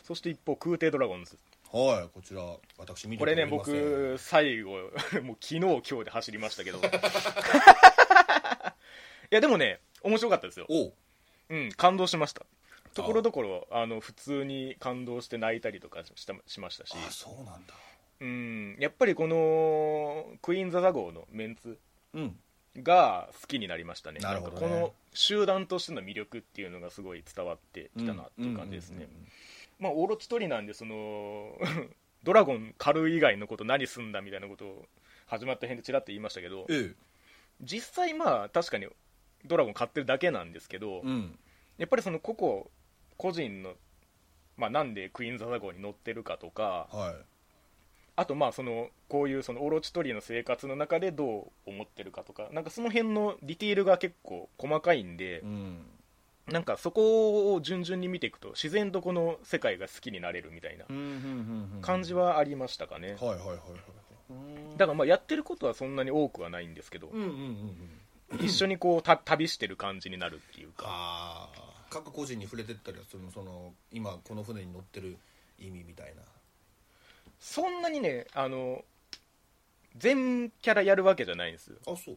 そして一方空挺ドラゴンズ、 はい、こちら私見てこれねおりません。 僕最後もう昨日今日で走りましたけどいやでもね面白かったですよ。 おう、 感動しました。ところどころ普通に感動して泣いたりとかしましたし、 あ、そうなんだ。 やっぱりこのクイーン・ザ・ザ・ゴーのメンツが好きになりましたね。 なるほどね。 んかこの集団としての魅力っていうのがすごい伝わってきたなっていう感じですね。まあオロチ取りなんで、そのドラゴン狩る以外のこと何すんだみたいなことを始まった辺でちらっと言いましたけど、実際まあ確かにドラゴン狩ってるだけなんですけど、やっぱりその個人の、まあ、なんでクイーン・ザ・ザ・ゴーに乗ってるかとか、あとまあこういうそのオロチ取りの生活の中でどう思ってるかとか、なんかその辺のディティールが結構細かいんで、なんかそこを順々に見ていくと自然とこの世界が好きになれるみたいな感じはありましたかね。だからまあやってることはそんなに多くはないんですけど、一緒にこう旅してる感じになるっていうか、 各個人に触れてったりはその今この船に乗ってる意味みたいな。 そんなにね全キャラやるわけじゃないんですよ。 あ、そう。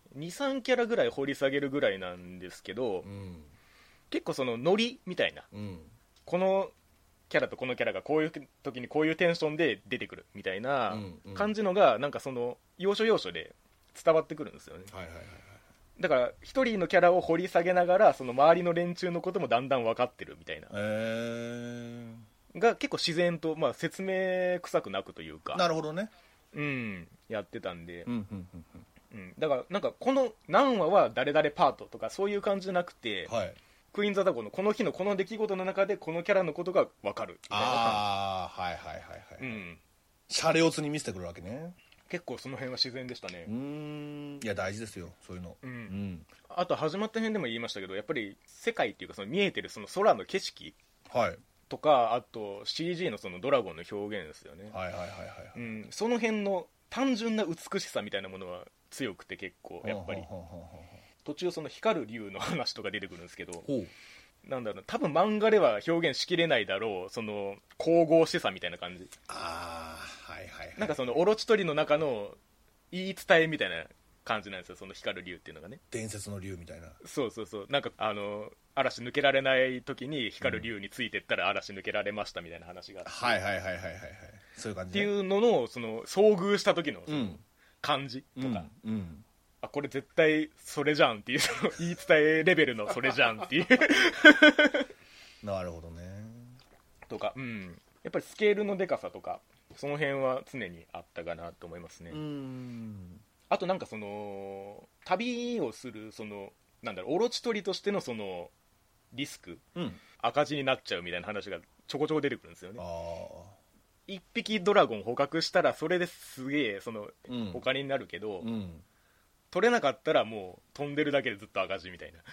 2,3 キャラぐらい掘り下げるぐらいなんですけど、結構そのノリみたいな、このキャラとこのキャラがこういう時にこういうテンションで出てくるみたいな感じのがなんかその要所要所で伝わってくるんですよね。だから一人のキャラを掘り下げながらその周りの連中のこともだんだん分かってるみたいな、が結構自然と、まあ、説明臭くなくというか。 なるほどね。 やってたんで、だからなんかこの何話は誰々パートとかそういう感じじゃなくて、クイーン・ザ・ザ・ゴーのこの日のこの出来事の中でこのキャラのことが分かるみたいな感じ。 シャレオツに見せてくるわけね。 結構その辺は自然でしたね。 いや大事ですよそういうの。 あと始まった辺でも言いましたけど、やっぱり世界っていうかその見えてるその空の景色とか、あと CG のそのドラゴンの表現ですよね。その辺の単純な美しさみたいなものは強くて、結構やっぱり途中その光る竜の話とか出てくるんですけど、なんだろう、多分漫画では表現しきれないだろうその神々しさみたいな感じ。なんかそのオロチ取りの中の言い伝えみたいな感じなんですよ、その光る竜っていうのがね。伝説の竜みたいな。 そうなんか嵐抜けられない時に光る竜についてったら嵐抜けられましたみたいな話があって、 そういう感じ、 っていうののその遭遇した時のその感じとか、あ、これ絶対それじゃんっていう、その言い伝えレベルのそれじゃんっていうなるほどね。 とか、やっぱりスケールのでかさとかその辺は常にあったかなと思いますね。あとなんかその旅をするそのなんだろう、オロチ取りとしてのそのリスク、赤字になっちゃうみたいな話がちょこちょこ出てくるんですよね。一匹ドラゴン捕獲したらそれですげえそのお金になるけど、取れなかったらもう飛んでるだけでずっと赤字みたいな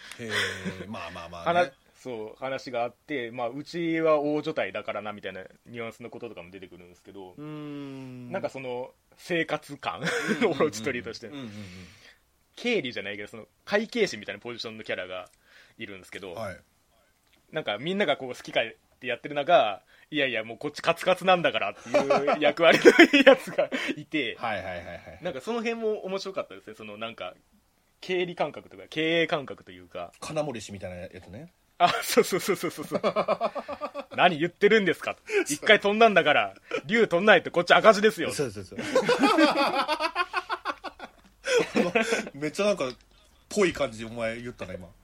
そう話があって、まあ、うちは大所帯だからなみたいなニュアンスのこととかも出てくるんですけど、なんかその生活感オロチ取りとして経理じゃないけどその会計士みたいなポジションのキャラがいるんですけど、なんかみんながこう好きかってやってる中、いやいやもうこっちカツカツなんだからっていう役割のやつがいてなんかその辺も面白かったですね。そのなんか経理感覚とか経営感覚というか、 金森氏みたいなやつね。 そう何言ってるんですか、一回飛んだんだから竜飛んないとこっち赤字ですよ。 めっちゃなんかぽい感じでお前言ったな今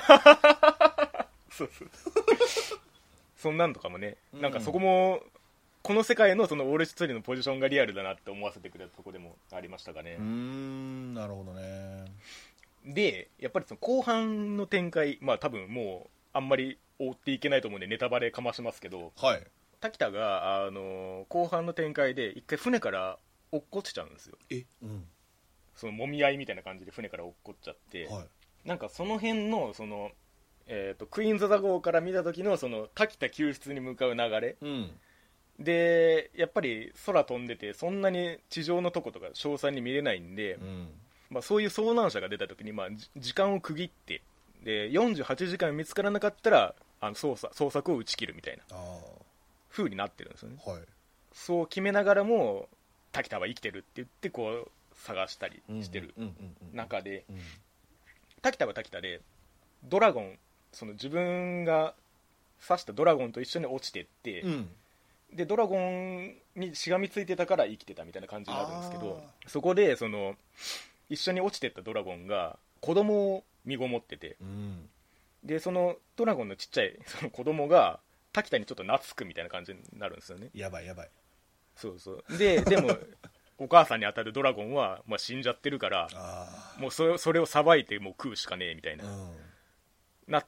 そんなんとかもね、なんかそこもこの世界のそのオールストーリーのポジションがリアルだなって思わせてくれたとこでもありましたかね。 なるほどね。 でやっぱりその後半の展開、まあ多分もうあんまり追っていけないと思うんでネタバレかましますけど、滝田が後半の展開で一回船から落っこちちゃうんですよ。そのもみ合いみたいな感じで船から落っこっちゃって、なんかその辺のそのクイーンズ・ザ・ゴーから見た時のその滝田救出に向かう流れ、でやっぱり空飛んでてそんなに地上のとことか詳細に見れないんで、まあ、そういう遭難者が出た時にまあ時間を区切ってで48時間見つからなかったら捜索を打ち切るみたいな風になってるんですよね。 はい、 そう決めながらも滝田は生きてるって言ってこう探したりしてる中で、滝田は滝田でドラゴン、その自分が刺したドラゴンと一緒に落ちてって、うん、でドラゴンにしがみついてたから生きてたみたいな感じになるんですけど、そこでその一緒に落ちてったドラゴンが子供を身ごもってて、うん、でそのドラゴンのちっちゃいその子供が滝田にちょっと懐くみたいな感じになるんですよね。 やばいやばい。 そうそうでもお母さんに当たるドラゴンは、まあ、死んじゃってるからもうそれをさばいてもう食うしかねえみたいな、うん、なって、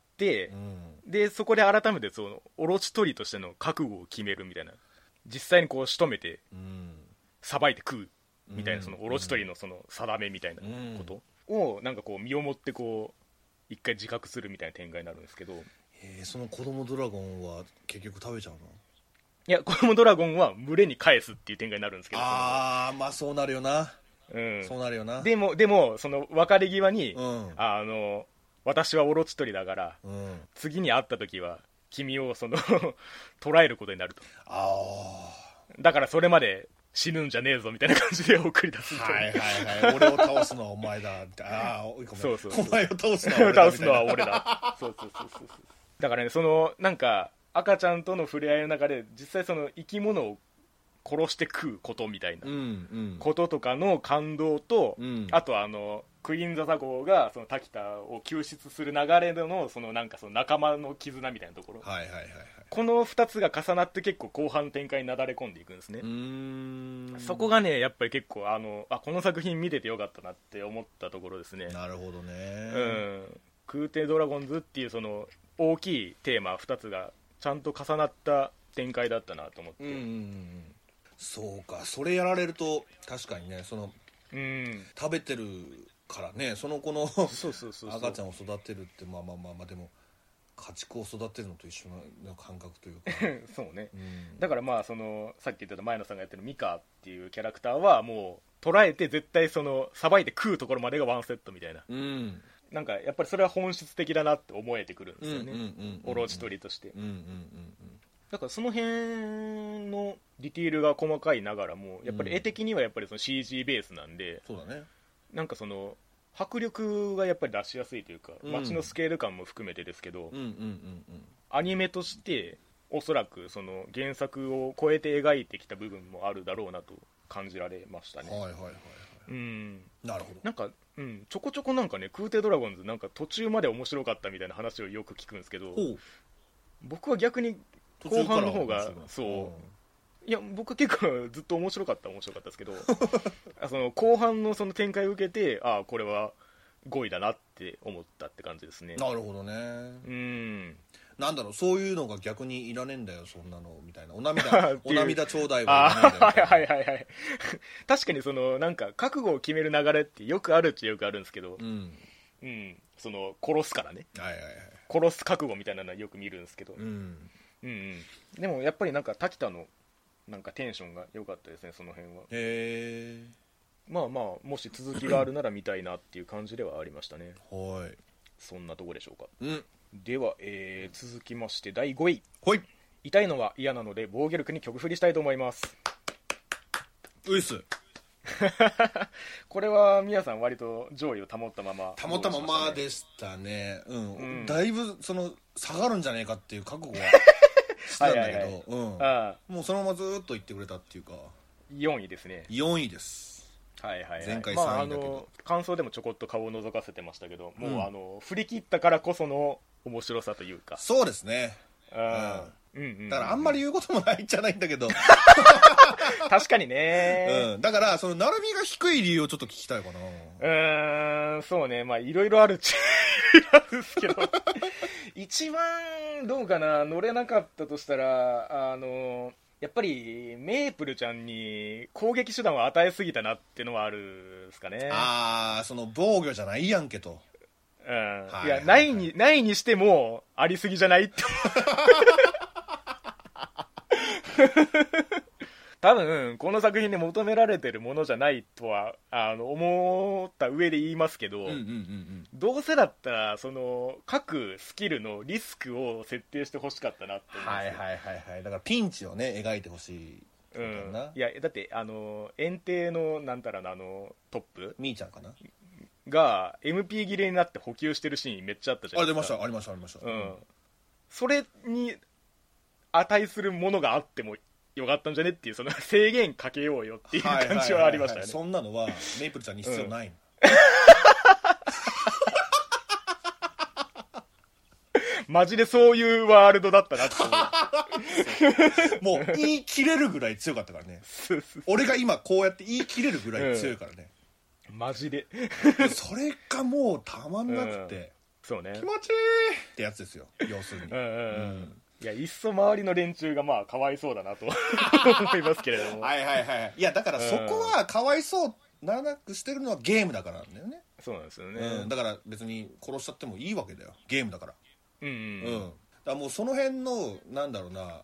うん、でそこで改めてそのオロチ取りとしての覚悟を決めるみたいな、実際にこう仕留めてさばいて食うみたいな、そのオロチ取りのその定めみたいなことをなんかこう身をもってこう一回自覚するみたいな展開になるんですけど、 その子供ドラゴンは結局食べちゃうの？ いや、子供ドラゴンは群れに返すっていう展開になるんですけど、 ああまあそうなるよな、うん、そうなるよな。でもその別れ際に、うん、私はオロチ取りだから、うん、次に会った時は君をその捕らえることになると、だからそれまで死ぬんじゃねえぞみたいな感じで送り出す。 はいはいはい俺を倒すのはお前だって、そうそうそう、お前を倒すのは俺だそうだからね、そのなんか赤ちゃんとの触れ合いの中で実際その生き物を殺して食うことみたいなこととかの感動と、うん、あとはクイーンザザ号がその滝田を救出する流れでのそのなんかその仲間の絆みたいなところ、はいはいはいはい、この2つが重なって結構後半展開になだれ込んでいくんですね。そこがねやっぱり結構この作品見ててよかったなって思ったところですね。 なるほどね、 うん、空挺ドラゴンズっていうその大きいテーマ2つがちゃんと重なった展開だったなと思って、 そうか、それやられると確かにね、その、食べてるからね、その子の赤ちゃんを育てるってまあでも家畜を育てるのと一緒の感覚というかそうね、だからまあそのさっき言ってた前野さんがやってるミカっていうキャラクターはもう捉えて絶対そのさばいて食うところまでがワンセットみたいな、なんかやっぱりそれは本質的だなって思えてくるんですよね、オロチ取りとして。だからその辺のディティールが細かいながらもやっぱり絵的にはやっぱりその CG ベースなんで、 そうだね、 なんかその迫力がやっぱり出しやすいというか、街のスケール感も含めてですけど、アニメとしておそらくその原作を超えて描いてきた部分もあるだろうなと感じられましたね。はいはいはいはい、なるほど。なんか、ちょこちょこなんかね、空挺ドラゴンズなんか途中まで面白かったみたいな話をよく聞くんですけど、僕は逆に後半の方がいや僕結構ずっと面白かったですけどその後半のその展開を受けてこれは5位だなって思ったって感じですね。 なるほどね。なんだろう、そういうのが逆にいらねえんだよそんなのみたいな、お涙ちょうだいはいはいはいはい確かにそのなんか覚悟を決める流れってよくあるっちゃよくあるんですけど、その殺すからね、殺す覚悟みたいなのはよく見るんですけど、でもやっぱりなんか滝田のなんかテンションが良かったですね、その辺は。まあもし続きがあるなら見たいなっていう感じではありましたねはい、そんなとこでしょうか。では、続きまして第5位、痛いのは嫌なので防御力に曲振りしたいと思います。 ういっすこれは皆さん割と上位を保ったままでしたね。だいぶその下がるんじゃねえかっていう覚悟はしてたんだけど、もうそのままずっと言ってくれたっていうか 4位ですね。 4位です。はいはいはい、前回3位だけど、 感想でもちょこっと顔を覗かせてましたけど、もう振り切ったからこその面白さというか。 そうですね。だからあんまり言うこともないんじゃないんだけど確かにね、 だからその成海が低い理由をちょっと聞きたいかな。そうね、まあいろいろあるっちゃなんですけど一番どうかな、乗れなかったとしたらやっぱりメープルちゃんに攻撃手段を与えすぎたなっていうのはあるんですかね。 その防御じゃないやんけと。 いや、ないにしてもありすぎじゃないって多分この作品で求められてるものじゃないとは思った上で言いますけど、どうせだったらその各スキルのリスクを設定してほしかったなって思います。 はいはいはいはい。だからピンチをね描いてほしい。 いやだって園庭のなんたらのトップみーちゃんかなが MP 切れになって補給してるシーンめっちゃあったじゃないですか。 ありました。 それに値するものがあってもよかったんじゃねっていう、その制限かけようよっていう感じはありましたよね。 そんなのはメイプルちゃんに必要ないの、 マジでそういうワールドだったなってもう言い切れるぐらい強かったからね俺が今こうやって言い切れるぐらい強いからね、 マジでそれがもうたまんなくて、 そうね、 気持ちいいってやつですよ要するに。 いやいっそ周りの連中がまあかわいそうだなと思いますけれどもはいいやだからそこはかわいそうならなくしてるのはゲームだからなんだよね。 そうなんですよね、 だから別に殺しちゃってもいいわけだよゲームだから。だからもうその辺のなんだろうな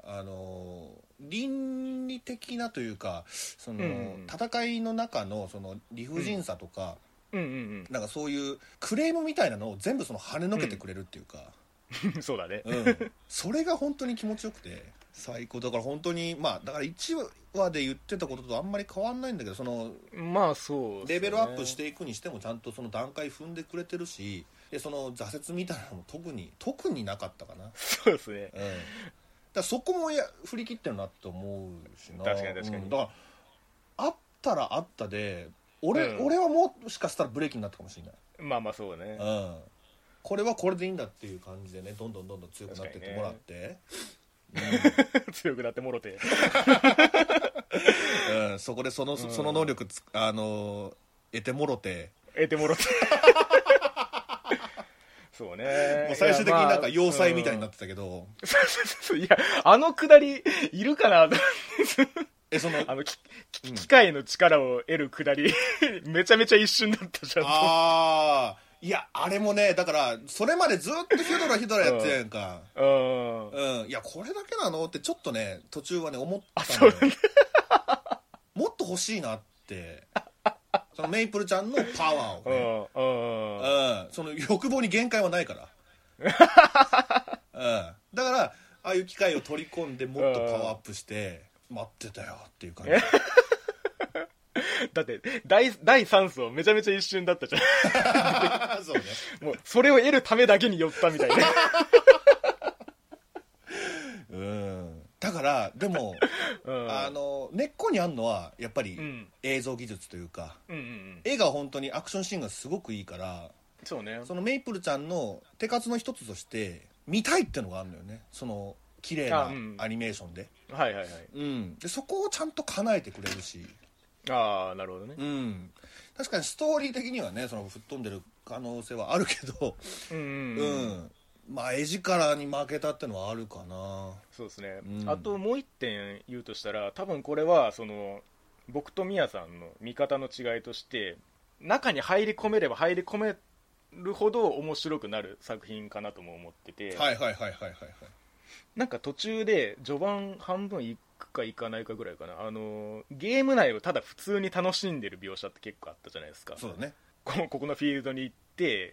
倫理的なというかその、戦いの中のその理不尽さとか、なんかそういうクレームみたいなのを全部その跳ねのけてくれるっていうか、 そうだね、 それが本当に気持ちよくて最高だから本当にまあだから1話で言ってたこととあんまり変わんないんだけどそのまあそう、ね、 レベルアップしていくにしてもちゃんとその段階踏んでくれてるしでその挫折みたいなのも特になかったかな。 そうですね、 だそこも振り切ってるなって思うしな。 確かに、 だからあったらあったで俺はもしかしたらブレーキになったかもしれない。 まあそうね、 これはこれでいいんだっていう感じでねどんどん強くなってってもらって、 強くなってもろてそこでその能力得てもろてそうね、 もう最終的になんか要塞みたいになってたけど、 いやくだりいるかなその機械の力を得るくだりめちゃめちゃ一瞬だったじゃん。 いやあれもねだからそれまでずっとヒドラやってたやんか。いやこれだけなのってちょっとね途中はね思ったのよもっと欲しいなってそのメイプルちゃんのパワーをね、その欲望に限界はないからだからああいう機械を取り込んでもっとパワーアップして待ってたよっていう感じだって第3層めちゃめちゃ一瞬だったじゃんそうね、もうそれを得るためだけに寄ったみたいなだからでも、根っこにあるのはやっぱり映像技術というか、絵が本当にアクションシーンがすごくいいからそうね、 そのメイプルちゃんの手数の一つとして見たいってのがあるのよねその綺麗なアニメーションで、でそこをちゃんと叶えてくれるしなるほどね、 確かにストーリー的にはねその吹っ飛んでる可能性はあるけどまあ絵力に負けたってのはあるかな。 そうですね、あともう一点言うとしたら多分これはその僕とミヤさんの見方の違いとして中に入り込めれば入り込めるほど面白くなる作品かなとも思ってて、なんか途中で序盤半分いくかいかないかぐらいかなゲーム内をただ普通に楽しんでる描写って結構あったじゃないですか。 そうだね、 ここのフィールドに行って、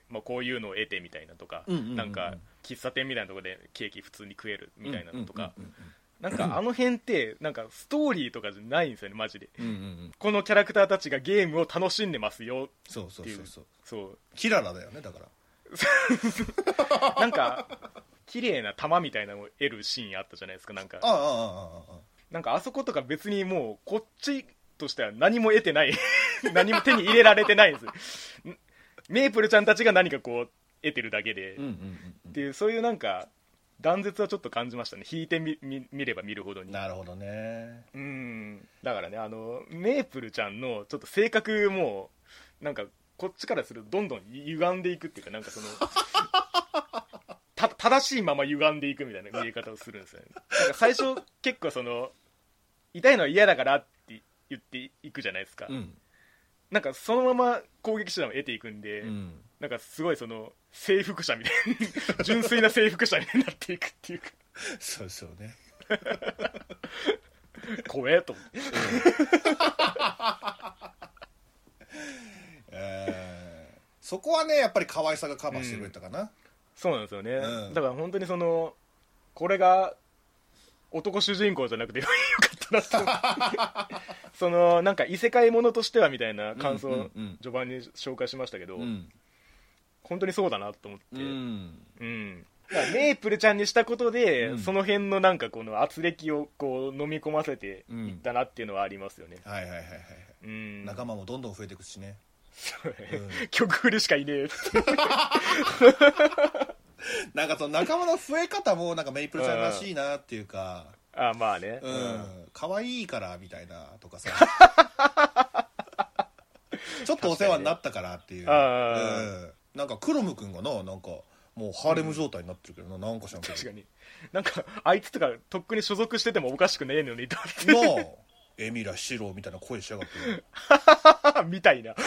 こういうのを得てみたいなとか、なんか喫茶店みたいなところでケーキ普通に食えるみたいなのとか、なんかあの辺ってなんかストーリーとかじゃないんですよねマジで、このキャラクターたちがゲームを楽しんでますよっていう、そうキララだよねだからなんか綺麗な玉みたいなのを得るシーンあったじゃないですか。なんかなんかあそことか別にもうこっちとしては何も得てない何も手に入れられてないんですメイプルちゃんたちが何かこう得てるだけで、っていうそういうなんか断絶はちょっと感じましたね。引いて 見れば見るほどに。 なるほどね。 だからねメイプルちゃんのちょっと性格もなんかこっちからするとどんどん歪んでいくっていうかなんかその正しいまま歪んでいくみたいな見え方をするんですよね。なんか最初結構その痛いのは嫌だからって言っていくじゃないですか、なんかそのまま攻撃手段を得ていくんで、なんかすごいその征服者みたいな純粋な征服者になっていくっていうかそうね怖えと思ってはねやっぱり可愛さがカバーしてくれたかな、 そうなんですよね、だから本当にこれが男主人公じゃなくてよかったなってなんか異世界ものとしてはみたいな感想を序盤に紹介しましたけど、本当にそうだなと思って、だからメイプルちゃんにしたことで、その辺のなんかこの圧力をこう飲み込ませていったなっていうのはありますよね、 はいはいはいはい、仲間もどんどん増えていくしね、 曲振りしかいねえなんかその仲間の増え方もなんかメイプルちゃんらしいなっていうか、 まあね、 可愛いからみたいなとかさちょっとお世話になったからっていう、なんかクロム君がなんかもうハーレム状態になってるけどなんかしらんけど、 確かになんかあいつとかとっくに所属しててもおかしくねえのにと思ってエミラシローみたいな声しやがってみたいな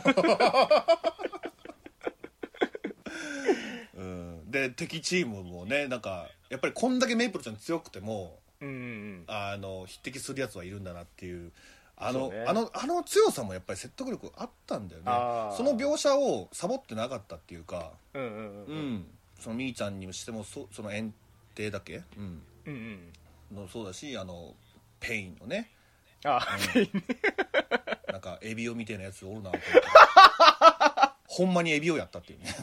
で敵チームもねなんかやっぱりこんだけメイプルちゃん強くても、匹敵するやつはいるんだなっていうあの強さもやっぱり説得力あったんだよね。その描写をサボってなかったっていうか、そのみーちゃんにしてもその園庭だけ、のそうだしペインのね、ペインなんかエビオみたいなやつおるなと思ってほんまにエビオやったっていうね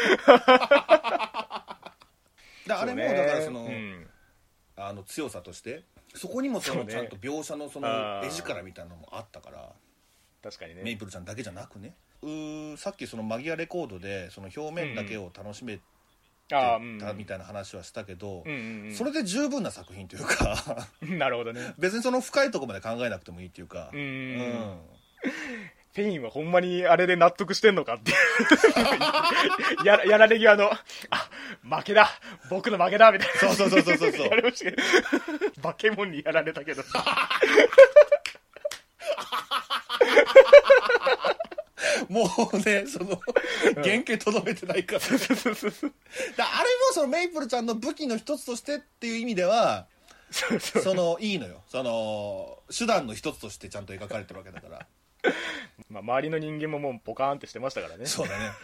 あれもだから強さとしてそこにもちゃんと描写の絵力みたいなのもあったから、 確かにね、 メイプルちゃんだけじゃなくね、さっきマギアレコードでその表面だけを楽しめてたみたいな話はしたけど、それで十分な作品というかなるほどね、 別に深いところまで考えなくてもいいっていうか、 ペインはほんまにあれで納得してんのかってやられ際の負けだ僕の負けだみたいなそうやりましたけどバケモンにやられたけどもうね原型とどめてないからあれもメイプルちゃんの武器の一つとしてっていう意味ではいいのよ、手段の一つとしてちゃんと描かれてるわけだから周りの人間ももうポカーンってしてましたからね。 そうだね、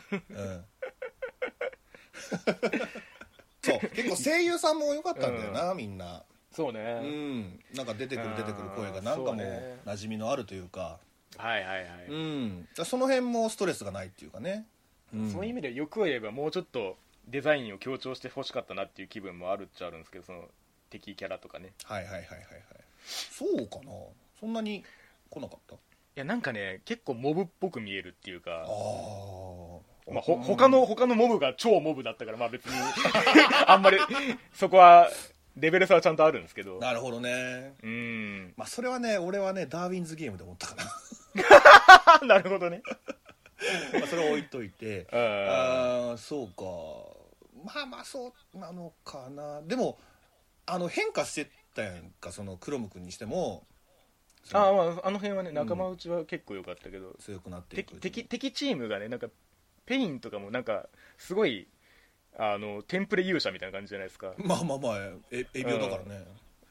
そう結構声優さんも良かったんだよな、みんな。 そうね、 なんか出てくる声がなんかもう馴染みのあるというか、その辺もストレスがないっていうかね、 そういう意味で欲を言えばもうちょっとデザインを強調してほしかったなっていう気分もあるっちゃあるんですけど、その敵キャラとかね。 そうかな、そんなに来なかった？ いやなんかね結構モブっぽく見えるっていうか、他のモブが超モブだったから別にあんまりそこはレベル差はちゃんとあるんですけど。 なるほどね。それはね俺はねダーウィンズゲームで思ったかななるほどねそれは置いといてそうか、そうなのかな。でも変化してったやんか、クロム君にしてもあの辺はね仲間内は結構良かったけど、 強くなっていく敵チームがねなんかペインとかもなんかすごいテンプレ勇者みたいな感じじゃないですか。 エビオだからね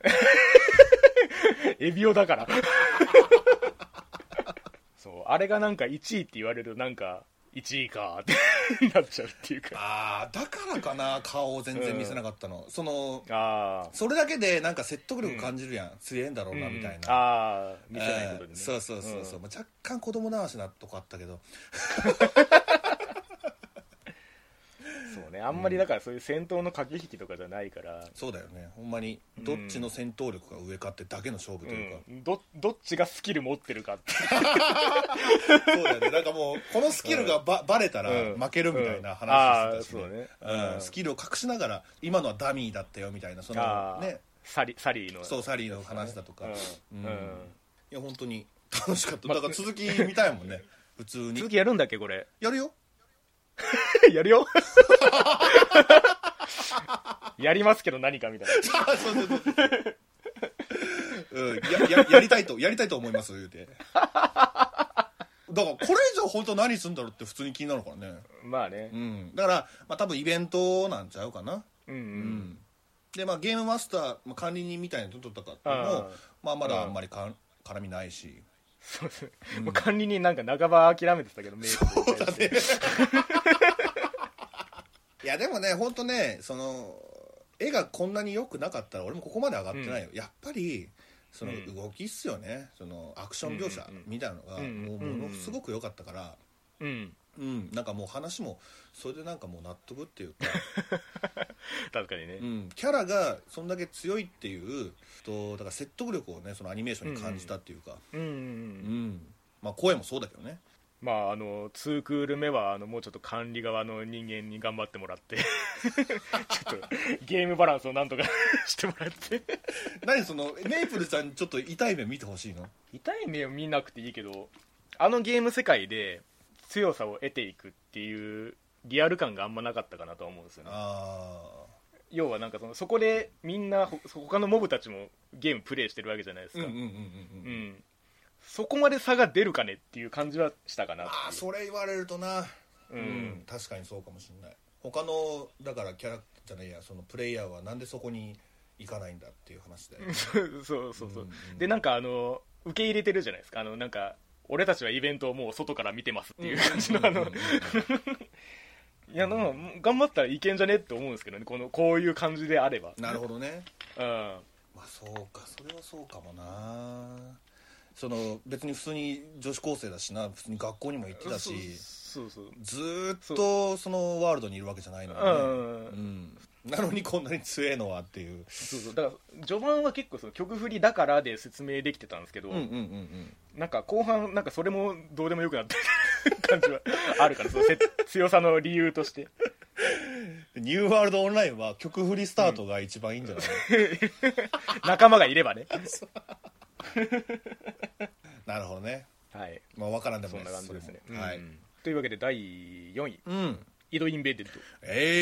エビオだからそうあれがなんか1位って言われるとなんか1位かってなっちゃうっていうか、 だからかな顔を全然見せなかったの、それだけでなんか説得力感じるやん、強えんだろうなみたいな、 見せないことでね、 そう、若干子供流しなとこあったけどそうね、あんまりだからそういう戦闘の駆け引きとかじゃないから、 そうだよね、ほんまにどっちの戦闘力が上かってだけの勝負というか、どっちがスキル持ってるかってそうだよね、なんかもうこのスキルがバレたら負けるみたいな話をしてたし、スキルを隠しながら今のはダミーだったよみたいな、ね、 サリーの話だとか、いや本当に楽しかった。だから続き見たいもんね普通に。 続きやるんだっけこれ。 やるよやるよやりますけど何かみたいなやりたいと思います言うてだからこれ以上本当何するんだろうって普通に気になるからね。だから多分イベントなんちゃうかな。でゲームマスター、管理人みたいなの取ったかっていうのもまだあんまり絡みないし、 そうですね、もう管理人なんか半ば諦めてたけど、メイクそうだねいやでもね本当ね、その絵がこんなに良くなかったら俺もここまで上がってないよ、やっぱりその動きっすよね、そのアクション描写みたいなのがもうものすごく良かったから、なんかもう話もそれでなんかもう納得っていうか確かにね、 キャラがそんだけ強いっていうと、だから説得力をねそのアニメーションに感じたっていうか、まあ声もそうだけどね。 まあ2クール目はもうちょっと管理側の人間に頑張ってもらってちょっとゲームバランスをなんとかしてもらって何そのメイプルさんにちょっと痛い目見てほしいの？ 痛い目を見なくていいけど、ゲーム世界で強さを得ていくっていうリアル感があんまなかったかなとは思うんですよね。要はなんかそこでみんな他のモブたちもゲームプレイしてるわけじゃないですか。そこまで差が出るかねっていう感じはしたかな。 それ言われるとな、確かにそうかもしれない。他のだからキャラじゃないや、そのプレイヤーはなんでそこに行かないんだっていう話だよねそう、でなんか受け入れてるじゃないですか。なんか俺たちはイベントをもう外から見てますっていう感じのいや頑張ったらいけんじゃねって思うんですけどね、こういう感じであれば。 なるほどね。 まあそうか、それはそうかもな。その別に普通に女子高生だしな、普通に学校にも行ってたし、ずーっとそのワールドにいるわけじゃないのね、なのにこんなに強えのはっていう。 だから序盤は結構その曲振りだからで説明できてたんですけど、なんか後半なんかそれもどうでもよくなってる感じはあるから、その強さの理由としてニューワールドオンラインは曲振りスタートが一番いいんじゃない、 仲間がいればねなるほどね。 はい、 まあ分からんでもないです。そんな感じですね。 はい、 というわけで第4位、イドインベーデッド。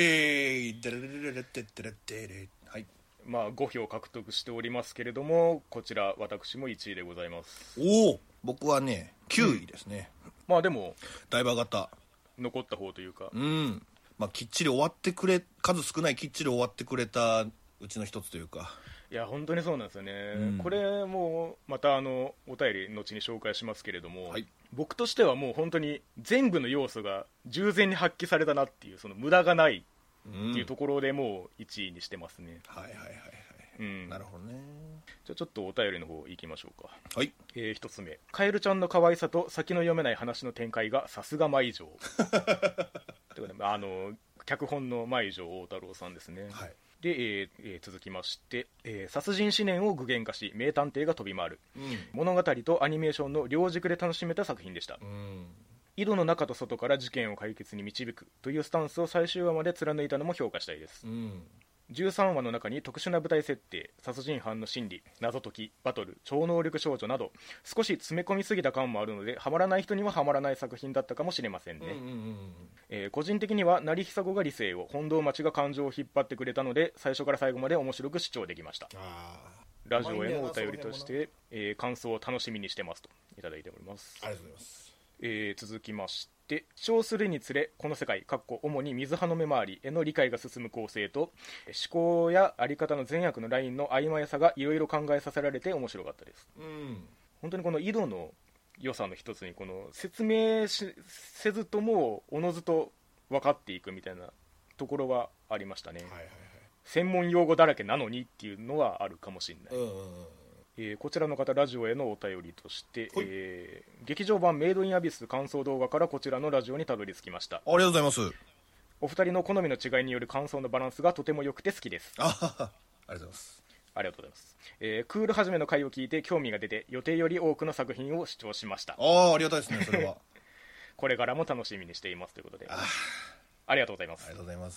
はい、 まあ5票獲得しておりますけれども、こちら私も1位でございます。 僕はね9位ですね。 まあでもだいぶ上がった、 残った方というか、 まあきっちり終わってくれ、数少ないきっちり終わってくれたうちの一つというか。 いや本当にそうなんですよね、これもまたお便り後に紹介しますけれども、僕としてはもう本当に全部の要素が従前に発揮されたなっていう、その無駄がないっていうところでもう1位にしてますね。なるほどね。じゃあちょっとお便りの方行きましょうか。 はい、 1つ目、カエルちゃんの可愛さと先の読めない話の展開がさすが舞城ということで、脚本の舞城大太郎さんですね。で、続きまして、殺人思念を具現化し名探偵が飛び回る、物語とアニメーションの両軸で楽しめた作品でした。井戸の中と外から事件を解決に導くというスタンスを最終話まで貫いたのも評価したいです。13話の中に特殊な舞台設定、殺人犯の心理、謎解き、バトル、超能力少女など少し詰め込みすぎた感もあるので、ハマらない人にはハマらない作品だったかもしれませんね。個人的には成久子が理性を、本堂町が感情を引っ張ってくれたので、最初から最後まで面白く視聴できました。ラジオへのお便りとして、感想を楽しみにしてますといただいております。 ありがとうございます。 続きまして、視聴するにつれこの世界主に水派の目回りへの理解が進む構成と、思考やあり方の善悪のラインの曖昧さがいろいろ考えさせられて面白かったです。本当にこの井戸の良さの一つに、この説明せずともおのずと分かっていくみたいなところはありましたね。専門用語だらけなのにっていうのはあるかもしれない。こちらの方、ラジオへのお便りとして、劇場版メイドインアビス感想動画からこちらのラジオにたどり着きました。 ありがとうございます。 お二人の好みの違いによる感想のバランスがとても良くて好きです。 ありがとうございます。 ありがとうございます。クールはじめの回を聞いて興味が出て、予定より多くの作品を視聴しました。 ありがたいですね、それはこれからも楽しみにしていますということで、ありがとうございます。 ありがとうございます。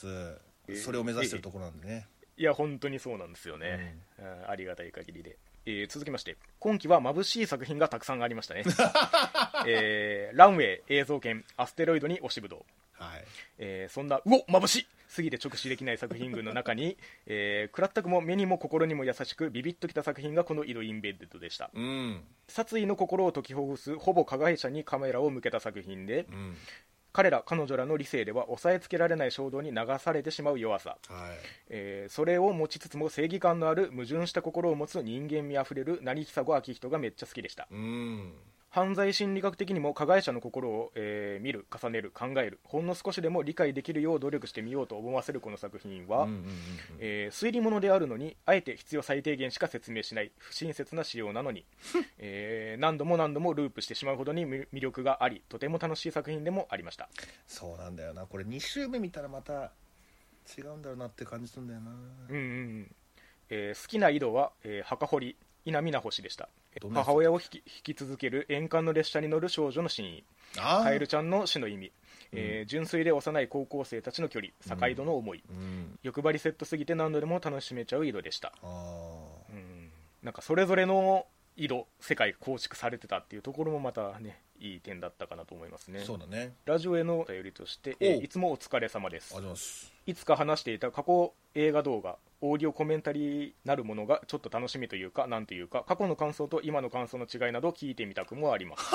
それを目指してるところなんでね。 いや本当にそうなんですよね、ありがたい限りで。続きまして、今期は眩しい作品がたくさんありましたね。ランウェイ、映像犬、アステロイドに押しぶどう、そんな眩しいすぎて直視できない作品群の中に、クラッタクも目にも心にも優しくビビッときた作品がこの井戸インベッデッドでした。殺意の心を解きほぐすほぼ加害者にカメラを向けた作品で、彼女らの理性では抑えつけられない衝動に流されてしまう弱さ、それを持ちつつも正義感のある矛盾した心を持つ人間味あふれる成久子明人がめっちゃ好きでした。 犯罪心理学的にも加害者の心を、見る、重ねる、考える、ほんの少しでも理解できるよう努力してみようと思わせるこの作品は、推理物であるのにあえて必要最低限しか説明しない不親切な仕様なのに、何度も何度もループしてしまうほどに魅力があり、とても楽しい作品でもありました。 そうなんだよな、これ2週目見たらまた違うんだろうなって感じするんだよな。 好きな井戸は、墓掘稲見名星でした。母親を引き続ける円環の列車に乗る少女の真意、カエルちゃんの死の意味、純粋で幼い高校生たちの距離、坂井戸の思い、欲張りセットすぎて何度でも楽しめちゃう井戸でした。なんかそれぞれの井戸世界構築されてたっていうところもまたね、いい点だったかなと思いますね。 そうだね。 ラジオへのお便りとして、いつもお疲れ様です。 ありがとうございます。 いつか話していた過去映画動画、オーディオコメンタリーなるものがちょっと楽しみというか、なんというか、過去の感想と今の感想の違いなど聞いてみたくもあります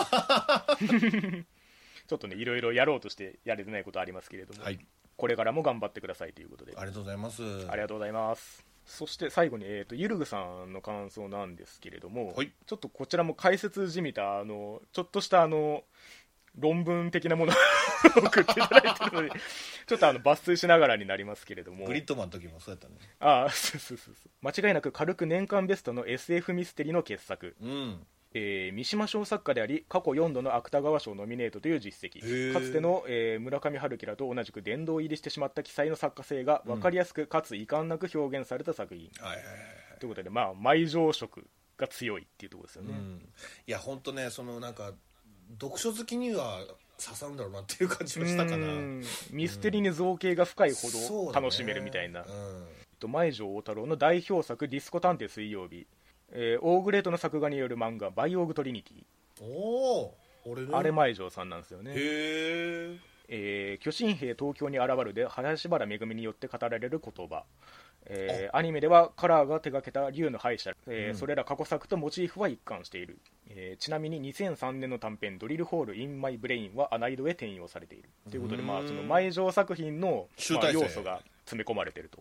ちょっとね、いろいろやろうとしてやれてないことありますけれども、はい、これからも頑張ってくださいということで、 ありがとうございます。 ありがとうございます。そして最後に、ゆるぐさんの感想なんですけれども、はい、ちょっとこちらも解説じみたちょっとした論文的なものを送っていただいているのでちょっと抜粋しながらになりますけれども、 グリッドマンの時もそうやったね。 そう間違いなく軽く年間ベストの SF ミステリの傑作、三島賞作家であり過去4度の芥川賞ノミネートという実績、かつての、村上春樹らと同じく殿堂入りしてしまった奇才の作家性が分かりやすくかつ遺憾なく表現された作品、ということで、埋蔵色が強いっていうところですよね。 いや本当ね、なんか読書好きには刺さるんだろうなっていう感じはしたかな。 ミステリーに造形が深いほど楽しめるみたいな、前城太郎の代表作ディスコ探偵水曜日、オーグレートの作画による漫画バイオーグトリニティ、あれ前城さんなんですよね。巨神兵東京に現るで林原めぐみによって語られる言葉、アニメではカラーが手掛けた竜の敗者、それら過去作とモチーフは一貫している。ちなみに2003年の短編ドリルホールインマイブレインはアナイドへ転用されているということで、その埋蔵作品の、要素が詰め込まれていると。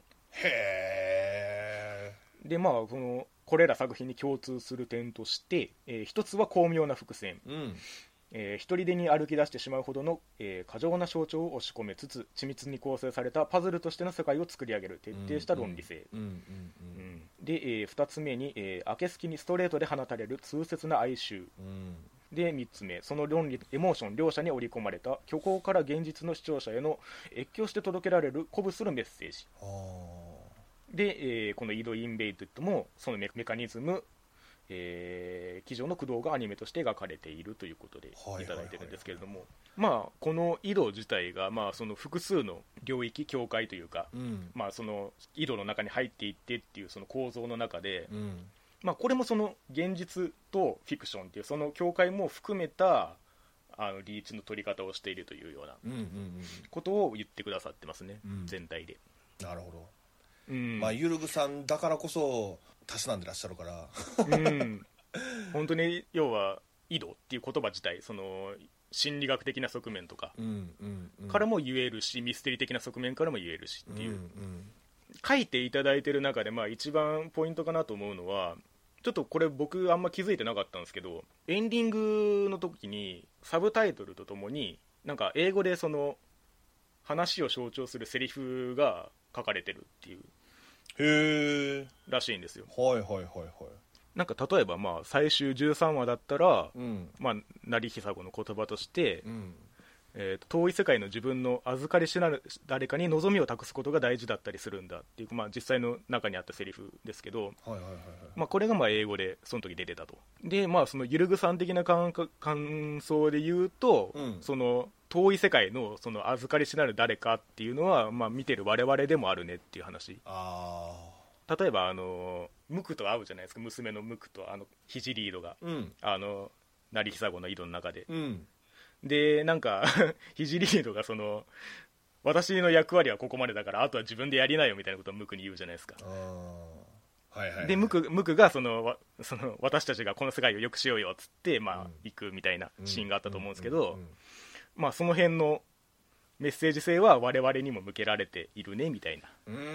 でこれら作品に共通する点として、一つは巧妙な伏線、一人でに歩き出してしまうほどの、過剰な象徴を押し込めつつ緻密に構成されたパズルとしての世界を作り上げる徹底した論理性で、2つ目に、明けすきにストレートで放たれる痛切な哀愁、で3つ目、その論理エモーション両者に織り込まれた虚構から現実の視聴者への越境して届けられる鼓舞するメッセージで、このイード・インベイドもそのメカニズム、机上の駆動がアニメとして描かれているということでいただいてるんですけれども、この井戸自体が、その複数の領域境界というか、その井戸の中に入っていってっていうその構造の中で、これもその現実とフィクションっていうその境界も含めたリーチの取り方をしているというようなことを言ってくださってますね、全体で。 なるほど。ゆるぐさんだからこそたしなんでらっしゃるから本当に要は井戸っていう言葉自体、その心理学的な側面とかからも言えるし、ミステリー的な側面からも言えるしっていう、書いていただいてる中で一番ポイントかなと思うのは、ちょっとこれ僕あんま気づいてなかったんですけど、エンディングの時にサブタイトルとともになんか英語でその話を象徴するセリフが書かれてるっていうらしいんですよ。なんか例えば最終13話だったら、成久子の言葉として、遠い世界の自分の預かり知らぬ誰かに望みを託すことが大事だったりするんだっていう、実際の中にあったセリフですけど、これが英語でその時出てたと。でそのゆるぐさん的な感想で言うと、その遠い世界のその預かり知らぬ誰かっていうのは、見てる我々でもあるねっていう話。例えばムクと会うじゃないですか、娘のムクとヒジリードが、成久子の井戸の中で、でなんかヒジリードがその私の役割はここまでだからあとは自分でやりなよみたいなことをムクに言うじゃないですか。でムクがその私たちがこの世界を良くしようよっつって行くみたいなシーンがあったと思うんですけど、その辺のメッセージ性は我々にも向けられているねみたいな。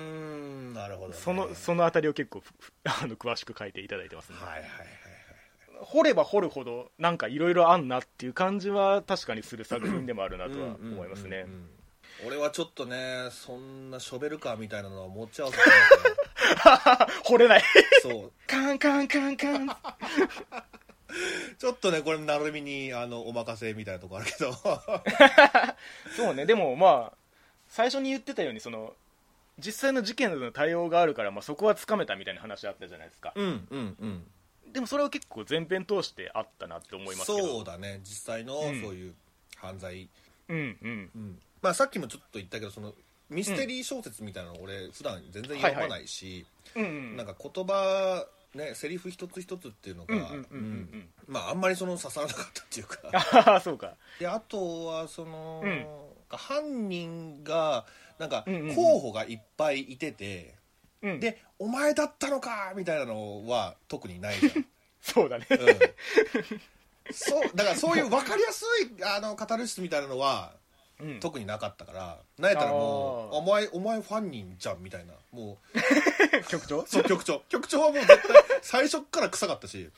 なるほどね。 そのあたりを結構詳しく書いていただいてますね。 掘れば掘るほどなんかいろいろあんなっていう感じは確かにする作品でもあるなとは思いますね。 俺はちょっとねそんなショベルカーみたいなのは持ち合わせてない掘れないそうカンカンカンカンちょっとねこれなるみにお任せみたいなとこあるけどそうね。でもまあ最初に言ってたようにその実際の事件の対応があるから、まあ、そこはつかめたみたいな話あったじゃないですか。でもそれは結構前編通してあったなって思いますけど。 そうだね実際のそういう犯罪、まあさっきもちょっと言ったけどそのミステリー小説みたいなの俺普段全然読まないし、なんか言葉ねセリフ一つ一つっていうのがまああんまりその刺さらなかったっていうかそうか。 であとはその、犯人がなんか候補がいっぱいいてて、でお前だったのかみたいなのは特にないじゃんそうだね、 そうだからそういう分かりやすいカタルシスみたいなのは、特になかったからなんやったらもうお前犯人じゃんみたいなもう局長そう局長はもう絶対最初から臭かったし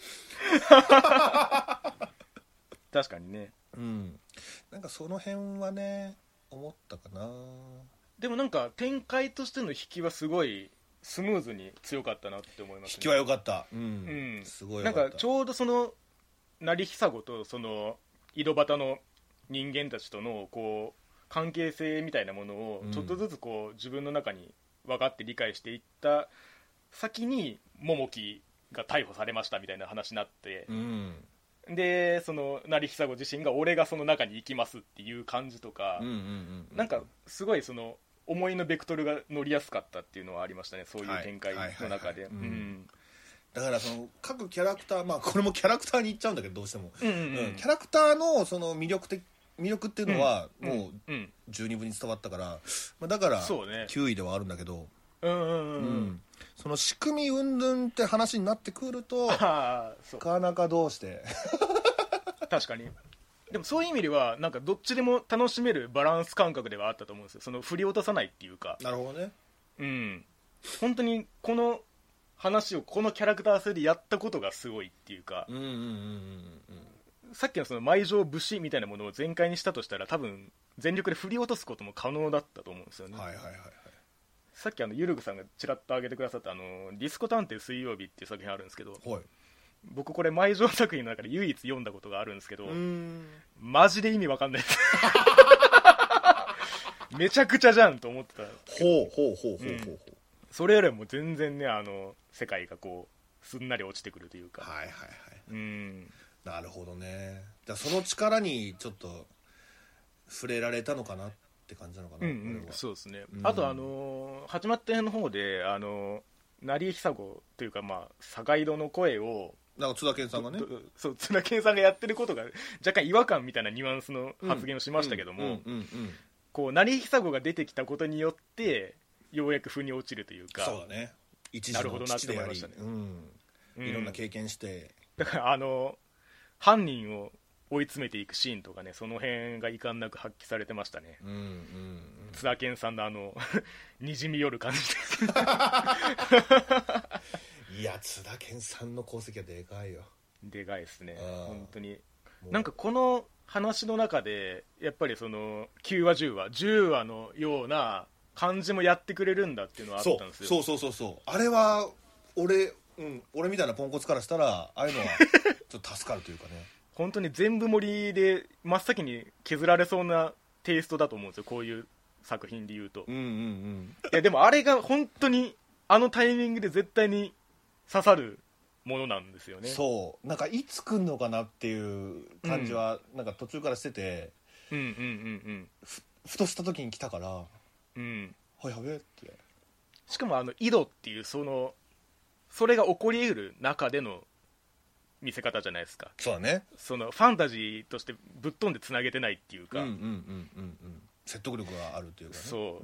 確かにね、 なんかその辺はね思ったかな。 でもなんか展開としての引きはすごいスムーズに強かったなって思いますね。 引きは良かった、すごい良かった。 なんかちょうどその成久子とその井戸端の人間たちとのこう関係性みたいなものをちょっとずつこう自分の中に分かって理解していった先に桃木が逮捕されましたみたいな話になって、でその成久子自身が俺がその中に行きますっていう感じとか、なんかすごいその思いのベクトルが乗りやすかったっていうのはありましたね、そういう展開の中で。 だからその各キャラクター、まあこれもキャラクターにいっちゃうんだけどどうしても、キャラクターのその魅力っていうのはもう十二分に伝わったから、まあ、だから9位ではあるんだけど、その仕組み云々って話になってくるとなかなかどうして確かに。でもそういう意味ではなんかどっちでも楽しめるバランス感覚ではあったと思うんですよ。その振り落とさないっていうか。 なるほどね。 本当にこの話をこのキャラクター性でやったことがすごいっていうか、さっきのその埋蔵節みたいなものを全開にしたとしたら多分全力で振り落とすことも可能だったと思うんですよね。さっきゆるぐさんがちらっと挙げてくださったディスコ探偵水曜日っていう作品あるんですけど、僕これ埋蔵作品の中で唯一読んだことがあるんですけど、マジで意味わかんないですめちゃくちゃじゃんと思ってた。それよりも全然ね世界がこうすんなり落ちてくるというか。 なるほどね。じゃあその力にちょっと触れられたのかなって感じなのかな。 そうですね。あと始まった辺の方で成久子というかまあ坂井戸の声をなんか津田健さんがね、 そう津田健さんがやってることが若干違和感みたいなニュアンスの発言をしましたけども、こう成久子が出てきたことによってようやく腑に落ちるというか。 そうだね。一時の父であり、いろんな経験して、 だから犯人を追い詰めていくシーンとかね、その辺が遺憾なく発揮されてましたね。津田健さんのにじみ寄る感じですいや津田健さんの功績はでかいよ。 でかいですね本当に。なんかこの話の中でやっぱりその9話10話のような感じもやってくれるんだっていうのはあったんですよ。 そうあれは俺みたいなポンコツからしたらああいうのはちょっと助かるというかね本当に全部盛りで真っ先に削られそうなテイストだと思うんですよ、こういう作品で言うと。いやでもあれが本当にタイミングで絶対に刺さるものなんですよね。 そうなんかいつ来んのかなっていう感じはなんか途中からしてて、ふとした時に来たから、やべえって。 しかも井戸っていうそれが起こり得る中での見せ方じゃないですか。 そうだね。 そのファンタジーとしてぶっ飛んでつなげてないっていうか、 説得力があるっていうかね。 そう、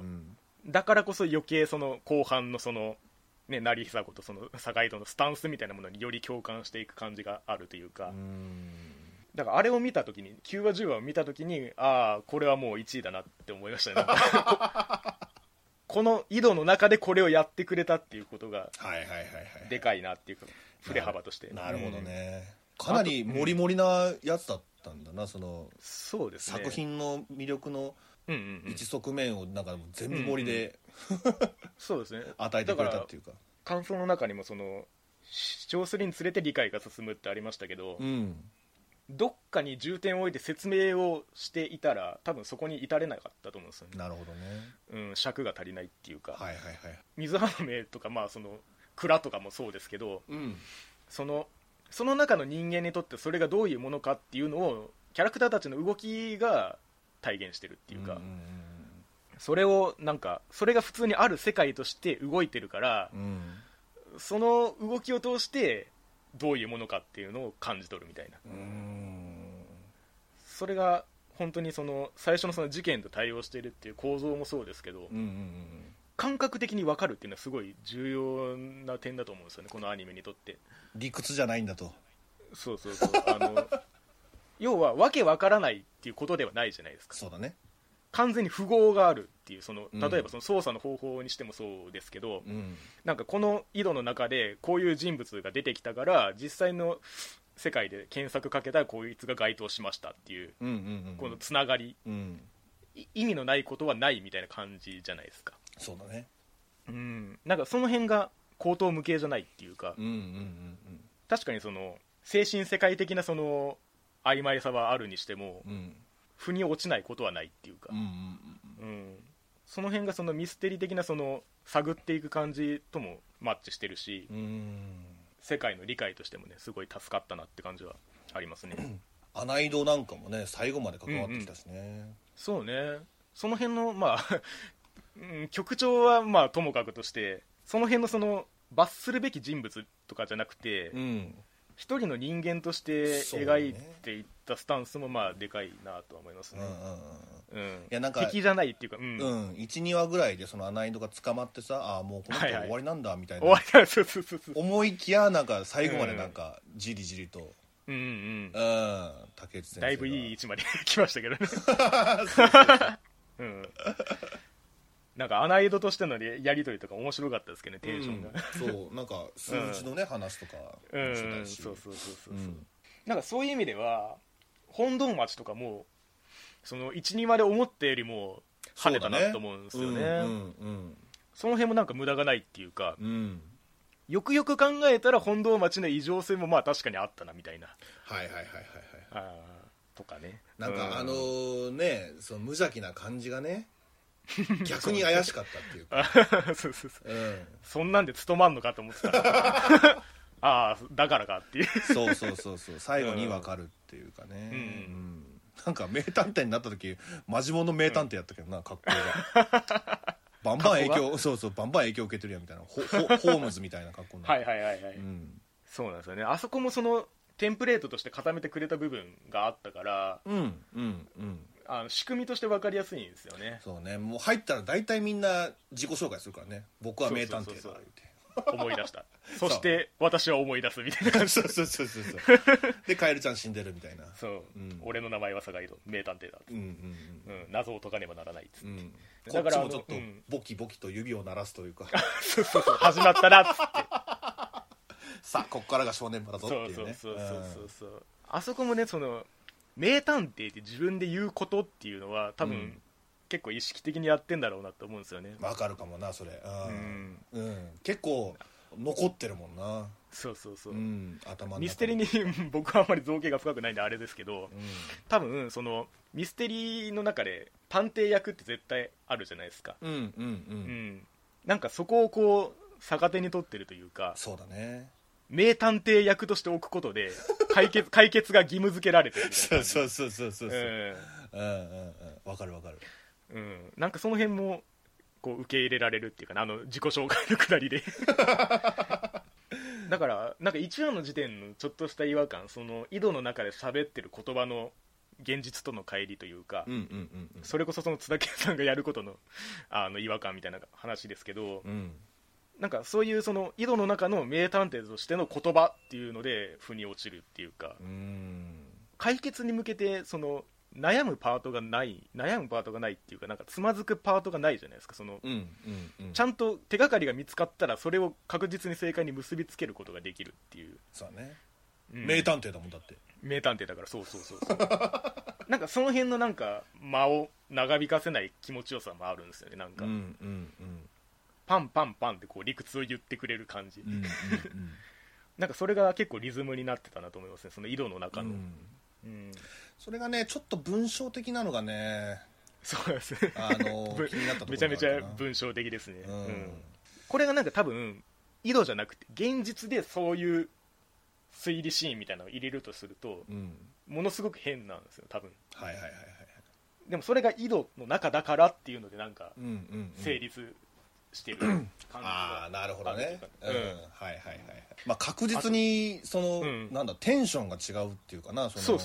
だからこそ余計その後半のそのね成久子とその坂井戸のスタンスみたいなものにより共感していく感じがあるというか。だからあれを見たときに9話10話を見たときにこれはもう1位だなって思いましたねこの井戸の中でこれをやってくれたっていうことがでかいなっていうか振れ幅として。 なるほどね。 かなりモリモリなやつだったんだな、 そうですね、 作品の魅力の一側面をなんか全部盛りで、 そうですね、 与えてくれたっていうか、 感想の中にも主張するにつれて理解が進むってありましたけど、どっかに重点を置いて説明をしていたら多分そこに至れなかったと思うんですよね。 なるほどね、 尺が足りないっていうか、 はいはいはい、 水花目とか、蔵とかもそうですけど、その中の人間にとってそれがどういうものかっていうのをキャラクターたちの動きが体現してるっていうか、それが普通にある世界として動いてるから、その動きを通してどういうものかっていうのを感じ取るみたいな、それが本当に最初のその事件と対応しているっていう構造もそうですけど、感覚的に分かるっていうのはすごい重要な点だと思うんですよね、このアニメにとって。 理屈じゃないんだと。 そう要はわけ分からないっていうことではないじゃないですか。 そうだね、 完全に符号があるっていう、例えば操作の方法にしてもそうですけど、なんかこの井戸の中でこういう人物が出てきたから実際の世界で検索かけたらこいつが該当しましたっていう、このつながり、意味のないことはないみたいな感じじゃないですか。 そうだね、 なんかその辺が口頭無形じゃないっていうか、確かに精神世界的な曖昧さはあるにしても、腑に落ちないことはないっていうか、その辺がミステリー的な探っていく感じともマッチしてるし、世界の理解としてもねすごい助かったなって感じはありますね。 穴井戸なんかもね最後まで関わってきたしね、 そうね、その辺の曲調はともかくとして、その辺の罰するべき人物とかじゃなくて、一人の人間として描いていったスタンスもでかいなとは思いますね。 いやなんか敵じゃないっていうか、 1,2 話ぐらいで穴井戸が捕まってさ、もうこの人終わりなんだみたいな、思いきやなんか最後までなんかじりじりと、竹内先生だいぶいい位置まで来ましたけどね。なんか穴井戸としてのやり取りとか面白かったですけどね、テンションが、 そうなんか数字のね、話とかしてたし、 そうなんかそういう意味では本堂町とかも1,2話で思ったよりも跳ねたなと思うんですよね。その辺もなんか無駄がないっていうか、よくよく考えたら本堂町の異常性も確かにあったなみたいな、とかね、 なんかね、その無邪気な感じがね逆に怪しかったっていうかそんなんで務まんのかと思ってたああだからかっていうそう最後に分かるっていうかね、なんか名探偵になった時マジモノ名探偵やったけどな、格好がバンバン影響バンバン影響受けてるやんみたいな、ホームズみたいな格好になってそうなんですよね。あそこもテンプレートとして固めてくれた部分があったから、仕組みとして分かりやすいんですよね。 そうね、もう入ったら大体みんな自己紹介するからね、僕は名探偵だ言うて思い出したそして私は思い出すみたいな感じそうでカエルちゃん死んでるみたいな、 俺の名前は坂井戸名探偵だ、謎を解かねばならないっつって、 こっちもちょっとボキボキと指を鳴らすというか始まったなっつってさあこっからが正念場だぞっていうね、 あそこもね名探偵って自分で言うことっていうのは多分、結構意識的にやってんだろうなと思うんですよね。 わかるかもなそれ、結構残ってるもんな。 そう、頭の中ミステリーに僕はあんまり造形が深くないんであれですけど、多分ミステリーの中で探偵役って絶対あるじゃないですか。なんかそこをこう逆手に取ってるというか、 そうだね、 名探偵役として置くことで解決が義務付けられてるみたいな感じ。 そうわかる、 なんかその辺もこう受け入れられるっていうかな、自己紹介のくだりでだからなんか1話の時点のちょっとした違和感、井戸の中で喋ってる言葉の現実との乖離というか、それこそ津田健さんがやることの違和感みたいな話ですけど、なんかそういう井戸の中の名探偵としての言葉っていうので腑に落ちるっていうか、解決に向けて悩むパートがないっていうか、なんかつまずくパートがないじゃないですか。ちゃんと手がかりが見つかったらそれを確実に正解に結びつけることができるっていう。 そうね。 名探偵だもんだって。 名探偵だから、そうそうそうそうなんかその辺のなんか間を長引かせない気持ちよさもあるんですよね。なんか、パンパンパンってこう理屈を言ってくれる感じ、なんかそれが結構リズムになってたなと思いますね、その井戸の中の、 それがねちょっと文章的なのがね、 そうです気になったところめちゃめちゃ文章的ですね、これがなんか多分井戸じゃなくて現実でそういう推理シーンみたいなのを入れるとすると、ものすごく変なんですよ多分。でもそれが井戸の中だからっていうのでなんか成立してる感じが、 ああなるほどね、まあ確実にその、なんだテンションが違うっていうかな、 そう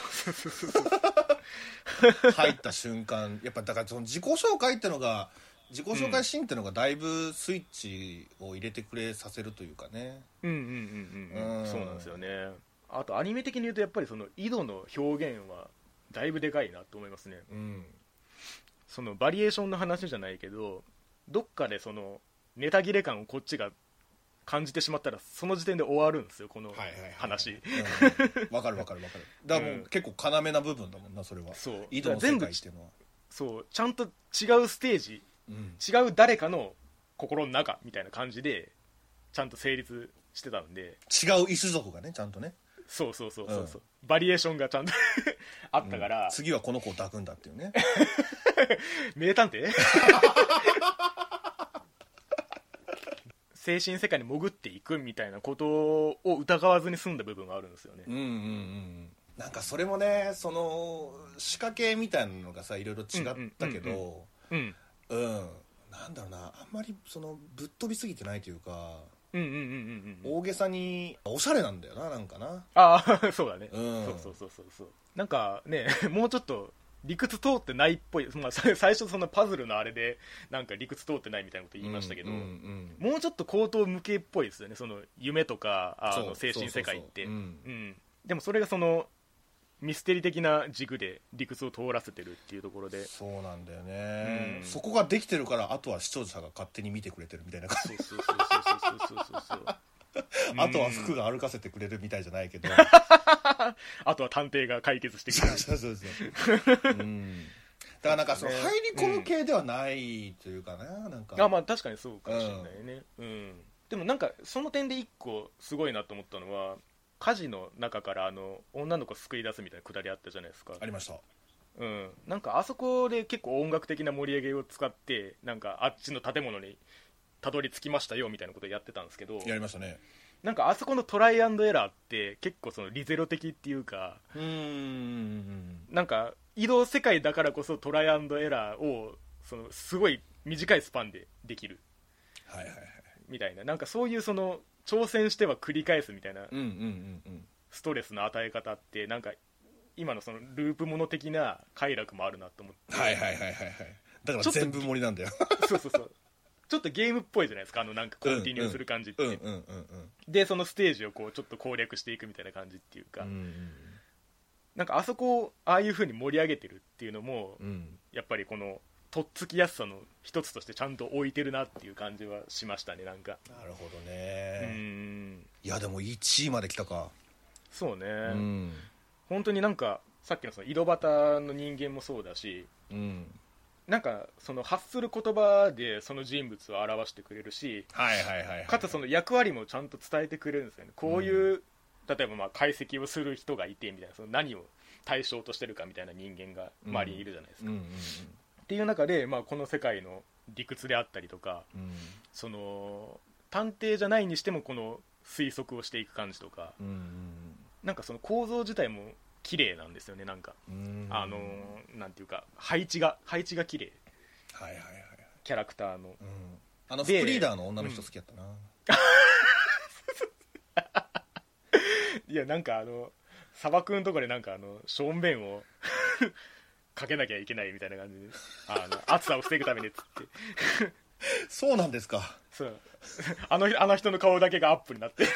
入った瞬間やっぱだからその自己紹介ってのが自己紹介シーンってのがだいぶスイッチを入れてくれさせるというかね、 そうなんですよね。あとアニメ的に言うとやっぱりその井戸の表現はだいぶでかいなと思いますね、そのバリエーションの話じゃないけどどっかでそのネタ切れ感をこっちが感じてしまったらその時点で終わるんですよこの話。 わかるだからもう結構要な部分だもんなそれは。 そう井戸の世界っていうのはそうちゃんと違うステージ、違う誰かの心の中みたいな感じでちゃんと成立してたんで、 違う異種族がねちゃんとね、 そうバリエーションがちゃんとあったから、 次はこの子を抱くんだっていうね名探偵精神世界に潜っていくみたいなことを疑わずに済んだ部分があるんですよね。 なんかそれもねその仕掛けみたいなのがさいろいろ違ったけどなんだろうな、あんまりそのぶっ飛びすぎてないというか、大げさにおしゃれなんだよな、なんかな。 ああそうだね、そうなんかねもうちょっと理屈通ってないっぽい、まあ、最初そのパズルのあれでなんか理屈通ってないみたいなこと言いましたけど、もうちょっと口頭無形っぽいですよね、その夢とか精神世界って。でもそれがそのミステリ的な軸で理屈を通らせてるっていうところで、 そうなんだよね、そこができてるからあとは視聴者が勝手に見てくれてるみたいな感じ。あとは服が歩かせてくれるみたいじゃないけどあとは探偵が解決してくれる。 だからなんかその入り込む系ではないというかな、なんかまあ確かにそうかもしれないね、でもなんかその点で一個すごいなと思ったのは、火事の中から女の子を救い出すみたいなくだりあったじゃないですか。 ありました。 なんかあそこで結構音楽的な盛り上げを使ってなんかあっちの建物にたどり着きましたよみたいなことをやってたんですけど、 やりましたね。 なんかあそこのトライアンドエラーって結構そのリゼロ的っていうか、なんか移動世界だからこそトライアンドエラーをそのすごい短いスパンでできるみたいな、なんかそういうその挑戦しては繰り返すみたいなストレスの与え方ってなんか今のそのループもの的な快楽もあるなと思って、 だから全部盛りなんだよそうちょっとゲームっぽいじゃないですか、なんかコンティニューする感じって、でそのステージをこうちょっと攻略していくみたいな感じっていうか、なんかあそこをああいう風に盛り上げてるっていうのも、やっぱりこのとっつきやすさの一つとしてちゃんと置いてるなっていう感じはしましたね。なんかなるほどね。いやでも1位まで来たか。 そうね、本当になんかさっきのその井戸端の人間もそうだし、なんかその発する言葉でその人物を表してくれるし、かつその役割もちゃんと伝えてくれるんですよね。こういう、例えばまあ解析をする人がいてみたいな、その何を対象としてるかみたいな人間が周りにいるじゃないですか、っていう中で、まあ、この世界の理屈であったりとか、その探偵じゃないにしてもこの推測をしていく感じとか、なんかその構造自体も綺麗なんですよね。なんかなんていうか配置が綺麗、キャラクターの、 スプリーダーの女の人好きやったな、 いやなんか砂漠のところでなんかショーンベンをかけなきゃいけないみたいな感じで、暑さを防ぐためにっつってそうなんですか。 そうあの人の顔だけがアップになって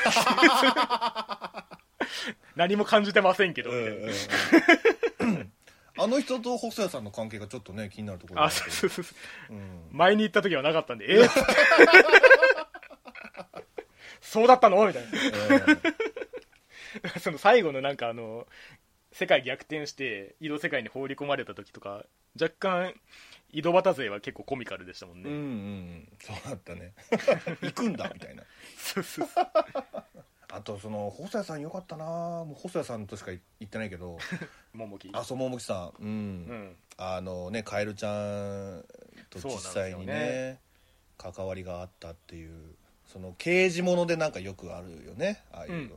何も感じてませんけどみたいな、 あの人と細谷さんの関係がちょっとね気になるところそう、前に行った時はなかったんでそうだったのみたいな、 その最後のなんか世界逆転して井戸世界に放り込まれた時とか若干井戸端勢は結構コミカルでしたもんね。 うんうん、そうだったね行くんだみたいなそうそうあとその細谷さんよかったな、もう細谷さんとしか言ってないけど桃木、 そう桃木さん、うん、ねカエルちゃんと実際にね関わりがあったっていう、その刑事ものでなんかよくあるよね、ああいうのって。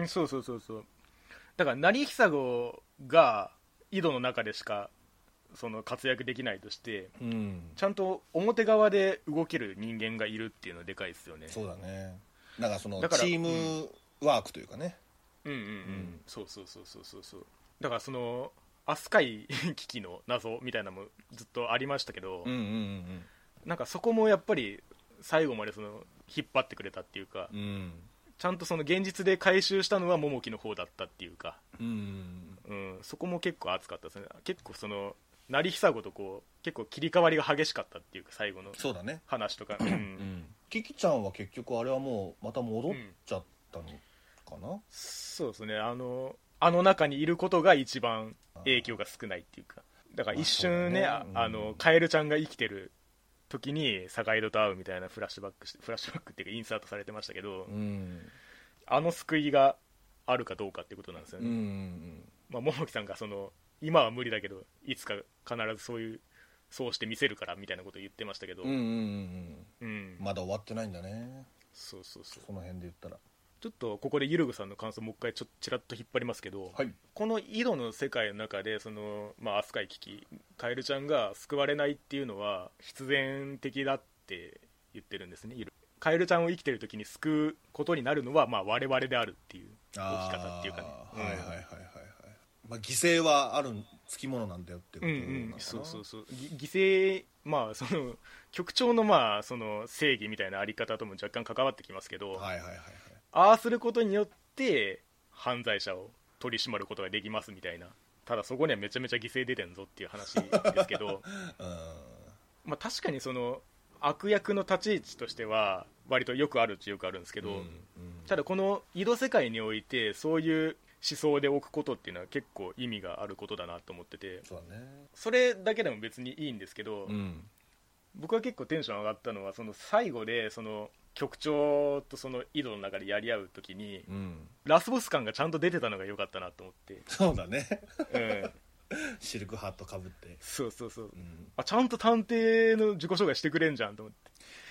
そうそうそうそう。だから成久子が井戸の中でしかその活躍できないとして、 うん、 ちゃんと表側で動ける人間がいるっていうのはでかいですよね。 そうだね。だからそのチームワークというかね、 そうそうそうそうそうそう。だからその飛鳥井危機の謎みたいなのもずっとありましたけど、なんかそこもやっぱり最後までその引っ張ってくれたっていうか、ちゃんとその現実で回収したのは桃木の方だったっていうか、そこも結構熱かったですね。結構その成久子とこう結構切り替わりが激しかったっていうか、最後の話とか、 キキちゃんは結局あれはもうまた戻っちゃったのかな、 そうですね、あの中にいることが一番影響が少ないっていうか、だから一瞬ね、カエルちゃんが生きてる時に坂井戸と会うみたいなフラッシュバックっていうかインサートされてましたけど、救いがあるかどうかっていうことなんですよね。桃木さんがその今は無理だけどいつか必ずそうして見せるからみたいなことを言ってましたけど、 まだ終わってないんだね。 そうそうそう、 その辺で言ったらちょっとここでゆるぐさんの感想もう一回ちらっと引っ張りますけど、この井戸の世界の中でその、飛鳥井危機カエルちゃんが救われないっていうのは必然的だって言ってるんですね。カエルちゃんを生きてる時に救うことになるのは我々であるっていう置き方っていうかね、 犠牲はあるつきものなんだよってことなのかな。 そうそうそう、犠牲、その局長のその正義みたいなあり方とも若干関わってきますけど、ああすることによって犯罪者を取り締まることができますみたいな、ただそこにはめちゃめちゃ犠牲出てんぞっていう話ですけど確かにその悪役の立ち位置としては割とよくあるっちゃよくあるんですけど、ただこの井戸世界においてそういう思想で置くことっていうのは結構意味があることだなと思ってて、それだけでも別にいいんですけど、僕は結構テンション上がったのはその最後でその局長とその井戸の中でやり合う時に、ラスボス感がちゃんと出てたのが良かったなと思って。 そうだね、シルクハットかぶって、 そうそうそう、ちゃんと探偵の自己紹介してくれんじゃんと思って。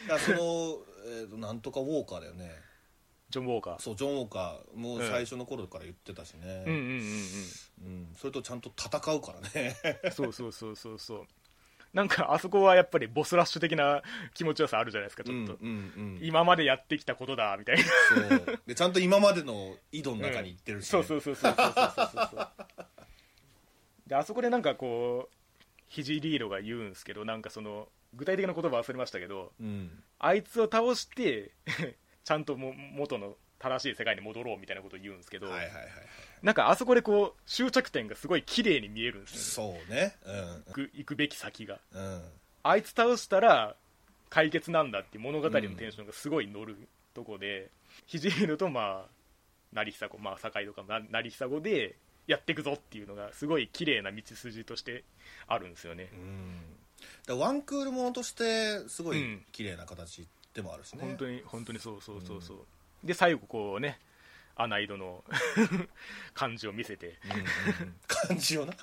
だその、なんとかウォーカーだよね、 ジョン・ウォーカー。 そうジョン・ウォーカーもう最初の頃から言ってたしね、それとちゃんと戦うからねそうそうそうそうそう、なんかあそこはやっぱりボスラッシュ的な気持ちよさあるじゃないですか、ちょっと、今までやってきたことだみたいな。 そうでちゃんと今までの井戸の中に行ってるし、 そうそうそうそうそうそうであそこでなんかこうヒジリーロが言うんですけど、なんかその具体的な言葉忘れましたけど、あいつを倒してちゃんと元の正しい世界に戻ろうみたいなことを言うんですけど、なんかあそこでこう終着点がすごい綺麗に見えるんですよね。 そうね、 行くべき先が、あいつ倒したら解決なんだっていう物語のテンションがすごい乗るとこで、ひじりのと成久子、堺とか成久子でやっていくぞっていうのがすごい綺麗な道筋としてあるんですよね。 だワンクールものとしてすごい綺麗な形でもあるしね、 本当にそうそうそうそう、で最後こうね穴井戸の感じを見せて、 感じをな、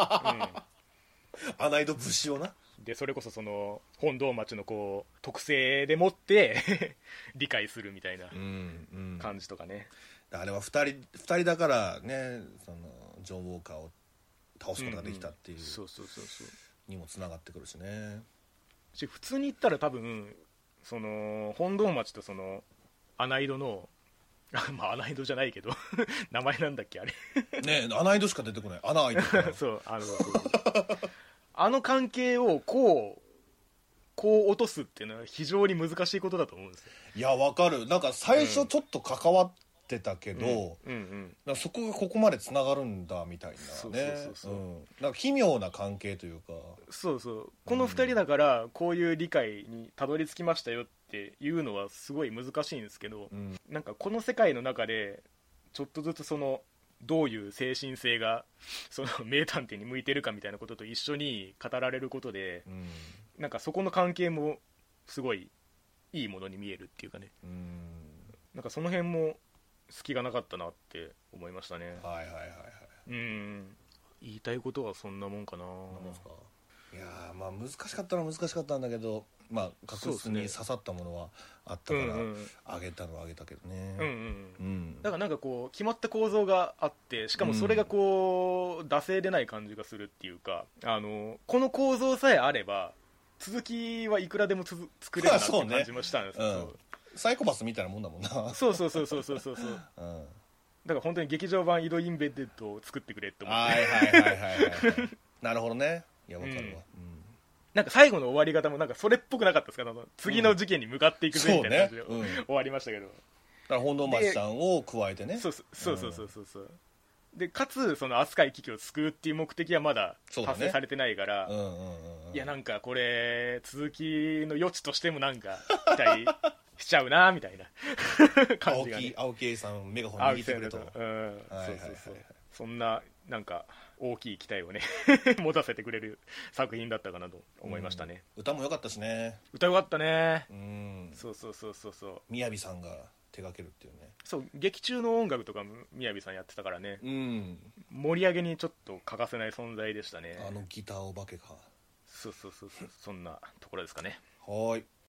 穴井戸節をな、 でそれこそその本堂町のこう特性でもって理解するみたいな感じとかね、 あれは2人だからね、そのジョン・ウォーカーを倒すことができたっていうにもつながってくるしね。 普通に言ったら多分その本堂町とその穴井戸の穴井戸じゃないけど名前なんだっけあれねえ、穴井戸しか出てこない、穴井戸そうあの関係をこう落とすっていうのは非常に難しいことだと思うんですよ。 いやわかる、なんか最初ちょっと関わってたけど、そこがここまでつながるんだみたいなね、なんか奇妙な関係というか、 そうそう、この2人だからこういう理解にたどり着きましたよっていうのはすごい難しいんですけど、なんかこの世界の中でちょっとずつそのどういう精神性がその名探偵に向いてるかみたいなことと一緒に語られることで、なんかそこの関係もすごいいいものに見えるっていうかね、なんかその辺も隙がなかったなって思いましたね。 はいはいはいはい。 言いたいことはそんなもんかな。 なんですか。いやまあ難しかったのは難しかったんだけど、まあ確実に刺さったものはあったからあげたのはあげたけどね。だからなんかこう決まった構造があって、しかもそれがこう惰性でない感じがするっていうか、この構造さえあれば続きはいくらでも作れるなって感じもしたんですよ。 サイコパスみたいなもんだもんな。 そうだから本当に劇場版井戸インベッデッドを作ってくれって思って。 なるほどね。いやわかるわ。 なんか最後の終わり方もなんかそれっぽくなかったですか、次の事件に向かっていくぜみたいな感じで終わりましたけど、だから本堂町さんを加えてね。そうでかつその飛鳥井危機を救うっていう目的はまだ達成されてないから、いやなんかこれ続きの余地としてもなんか期待しちゃうなみたいな感じが、ね、 青木さんメガホン握ってくれと、 そんななんか大きい期待をね持たせてくれる作品だったかなと思いましたね。 歌も良かったしね。 歌良かったね。そう宮城さんが手掛けるっていうね。 そう、劇中の音楽とかも宮城さんやってたからね、盛り上げにちょっと欠かせない存在でしたね。 ギターお化けか。 そんなところですかね。 はい。